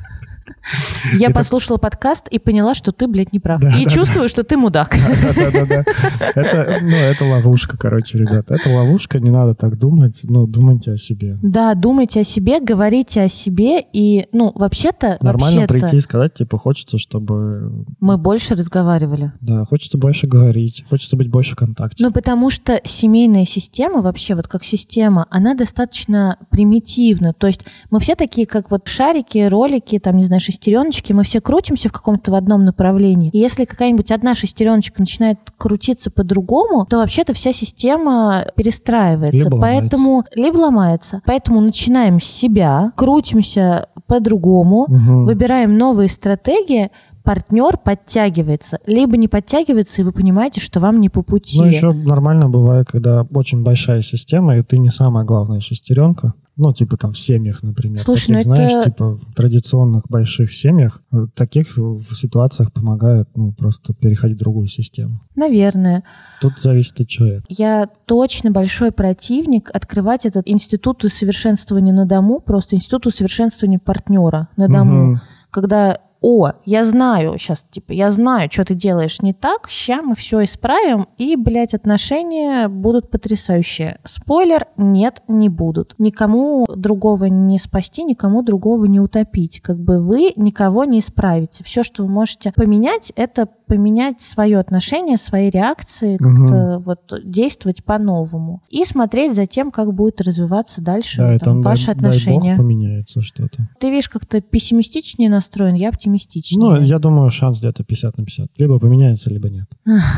Я послушала подкаст и поняла, что ты, не прав. И чувствую, что ты мудак. Да. Это ловушка, ребята. Это ловушка, не надо так думать, думайте о себе. Да, думайте о себе, говорите о себе, и, вообще-то... Нормально прийти и сказать, хочется, чтобы... Мы больше разговаривали. Да, хочется больше говорить, хочется быть больше в контакте. Потому что семейная система, вообще, как система, она достаточно примитивна. То есть мы все такие, как шарики, ролики, шестереночки, мы все крутимся в одном направлении. И если какая-нибудь одна шестереночка начинает крутиться по-другому, то вообще-то вся система перестраивается. Либо ломается. Поэтому начинаем с себя, крутимся по-другому, выбираем новые стратегии, партнер подтягивается, либо не подтягивается, и вы понимаете, что вам не по пути. Еще нормально бывает, когда очень большая система, и ты не самая главная шестеренка. В семьях, например. Слушай, в традиционных больших семьях в таких ситуациях помогает просто переходить в другую систему. Наверное. Тут зависит от человека. Я точно большой противник открывать этот институт усовершенствования на дому, просто институт усовершенствования партнера на дому. Когда я знаю, я знаю, что ты делаешь не так, ща мы все исправим, и, отношения будут потрясающие. Спойлер, нет, не будут. Никому другого не спасти, никому другого не утопить. Вы никого не исправите. Все, что вы можете поменять, это поменять свое отношение, свои реакции, как-то действовать по-новому. И смотреть за тем, как будет развиваться дальше ваши отношения. Дай бог поменяется что-то. Ты видишь, как-то пессимистичнее настроен, я оптимистичнее. Я думаю, шанс где-то 50/50. Либо поменяется, либо нет.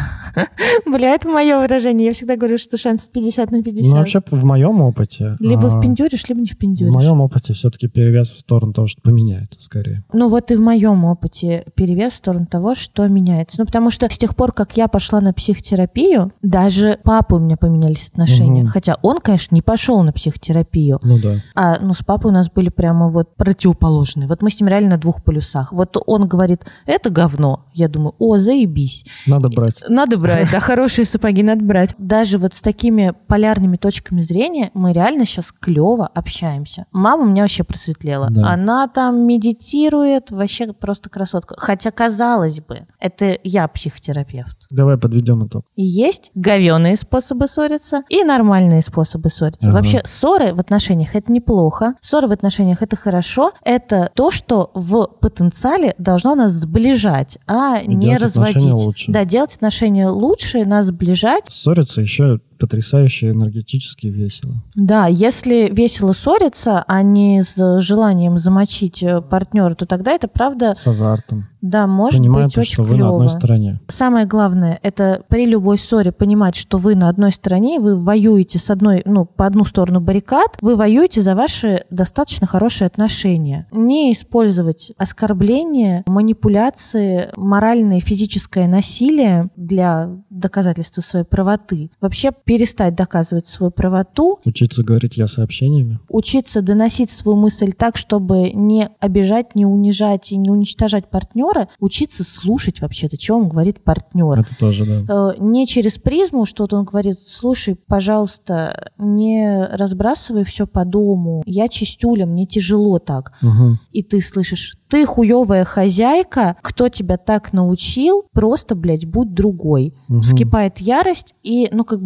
Это мое выражение. Я всегда говорю, что шанс 50/50. Вообще, в моем опыте... Либо впендюришь, либо не впендюришь. В моем опыте все-таки перевес в сторону того, что поменяется, скорее. И в моем опыте перевес в сторону того, что меняется. Потому что с тех пор, как я пошла на психотерапию, даже папы у меня поменялись отношения. Хотя он, конечно, не пошел на психотерапию. Да. С папой у нас были прямо противоположные. Мы с ним реально на двух полюсах. Он говорит: это говно. Я думаю: заебись. Надо брать. Надо брать, да, хорошие сапоги надо брать. Даже с такими полярными точками зрения мы реально сейчас клево общаемся. Мама у меня вообще просветлела. Да. Она медитирует, вообще просто красотка. Хотя, казалось бы, это я психотерапевт. Давай подведем итог. Есть говёные способы ссориться и нормальные способы ссориться. Ага. Вообще, ссоры в отношениях — это неплохо. Ссоры в отношениях — это хорошо. Это то, что в потенциале должно нас сближать, а и не разводить. Да, делать отношения лучше, нас сближать. Ссориться еще потрясающе энергетически весело. Да, если весело ссориться, а не с желанием замочить партнера, то тогда это правда... С азартом. Да, может Понимаете, быть очень что клево. вы на одной стороне. Самое главное, это при любой ссоре понимать, что вы на одной стороне, вы воюете с одной, по одну сторону баррикад, вы воюете за ваши достаточно хорошие отношения. Не использовать оскорбления, манипуляции, моральное и физическое насилие для доказательства своей правоты. Вообще перестать доказывать свою правоту. Учиться говорить «я» сообщениями. Учиться доносить свою мысль так, чтобы не обижать, не унижать и не уничтожать партнера. Учиться слушать вообще-то, что он говорит партнер. Это тоже, да. Не через призму, что он говорит: слушай, пожалуйста, не разбрасывай все по дому. Я чистюля, мне тяжело так. Угу. И ты слышишь: ты хуевая хозяйка, кто тебя так научил, просто, будь другой. Угу. Вскипает ярость, и,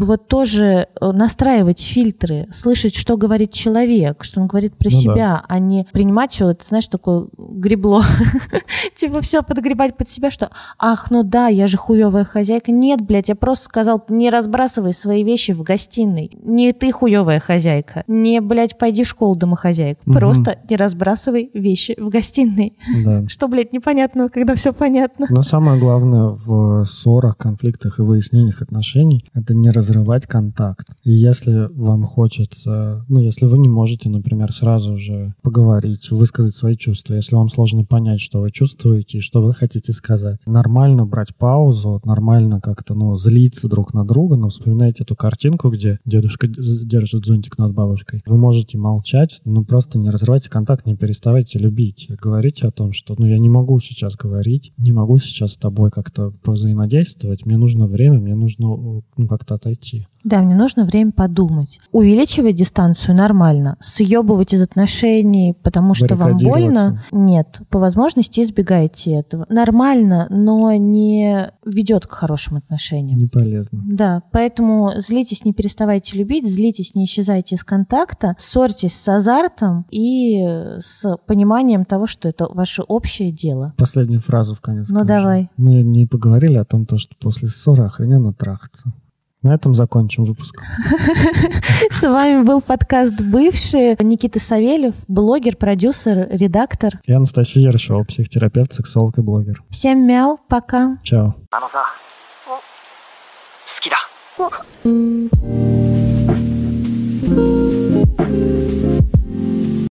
тоже настраивать фильтры, слышать, что говорит человек, что он говорит про себя, а не принимать все, это, знаешь, такое гребло. Все все подгребать под себя, что ах, ну да, я же хуевая хозяйка. Нет, блядь, я просто сказал, не разбрасывай свои вещи в гостиной. Не ты хуевая хозяйка. Не, блядь, пойди в школу домохозяйка. Просто не разбрасывай вещи в гостиной. Да. Что, блядь, непонятного, когда все понятно? Но самое главное в ссорах, конфликтах и выяснениях отношений — это не разрывать контакт. И если вам хочется, если вы не можете, например, сразу же поговорить, высказать свои чувства, если вам сложно понять, что вы чувствуете и что вы хотите сказать, нормально брать паузу, нормально как-то, злиться друг на друга, но вспоминайте эту картинку, где дедушка держит зонтик над бабушкой. Вы можете молчать, но просто не разрывайте контакт, не переставайте любить. Говорите о том, что, я не могу сейчас говорить, не могу сейчас с тобой как-то взаимодействовать, мне нужно время, мне нужно, как-то отойти. Да, мне нужно время подумать. Увеличивать дистанцию нормально. Съебывать из отношений, потому что вам больно. Нет, по возможности избегайте этого. Нормально, но не ведет к хорошим отношениям. Не полезно. Да, поэтому злитесь, не переставайте любить, злитесь, не исчезайте из контакта, ссорьтесь с азартом и с пониманием того, что это ваше общее дело. Последнюю фразу в конец скажу. Давай. Мы не поговорили о том, что после ссоры охрененно трахаться. На этом закончим выпуск. С вами был подкаст «Бывшие». Никита Савельев, блогер, продюсер, редактор. И Анастасия Ершова, психотерапевт, сексолог и блогер. Всем мяу, пока. Чао. 好きだ。